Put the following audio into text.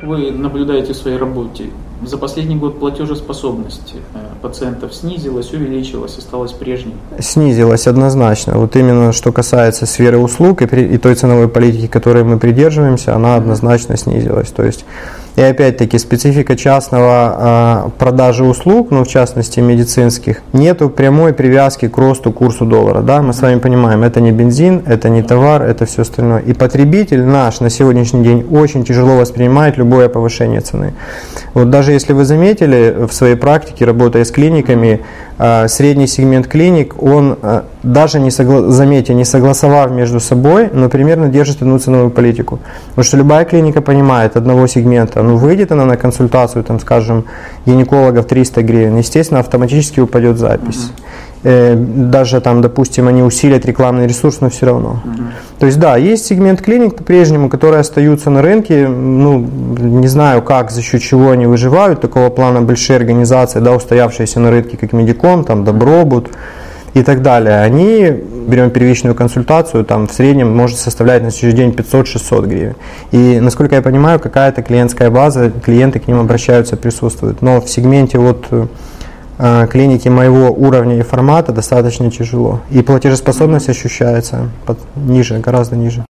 вы наблюдаете в своей работе? За последний год платежеспособность пациентов снизилась, увеличилась, осталась прежней? Снизилась однозначно. Вот именно что касается сферы услуг и той ценовой политики, которой мы придерживаемся, она однозначно снизилась. То есть, и опять-таки специфика частного продажи услуг, ну в частности медицинских, нету прямой привязки к росту курсу доллара. Да? Мы с вами понимаем, это не бензин, это не товар, это все остальное. И потребитель наш на сегодняшний день очень тяжело воспринимает любое повышение цены. Вот даже если вы заметили в своей практике, работая с клиниками, средний сегмент клиник, он даже не согласовав между собой, но примерно держит одну ценовую политику. Потому что любая клиника понимает одного сегмента, ну выйдет она на консультацию, там, скажем, гинеколога в 300 гривен, естественно, автоматически упадет запись. Даже там, допустим, они усилят рекламный ресурс, но все равно. То есть, да, есть сегмент клиник по-прежнему, которые остаются на рынке, ну, не знаю как, за счет чего они выживают, такого плана большие организации, да, устоявшиеся на рынке, как Медиком, там, Добробут и так далее. Они, берем первичную консультацию, там, в среднем может составлять на сегодняшний день 500-600 гривен. И, насколько я понимаю, какая-то клиентская база, клиенты к ним обращаются, присутствуют. Но в сегменте вот клиники моего уровня и формата достаточно тяжело. И платежеспособность ощущается ниже, гораздо ниже.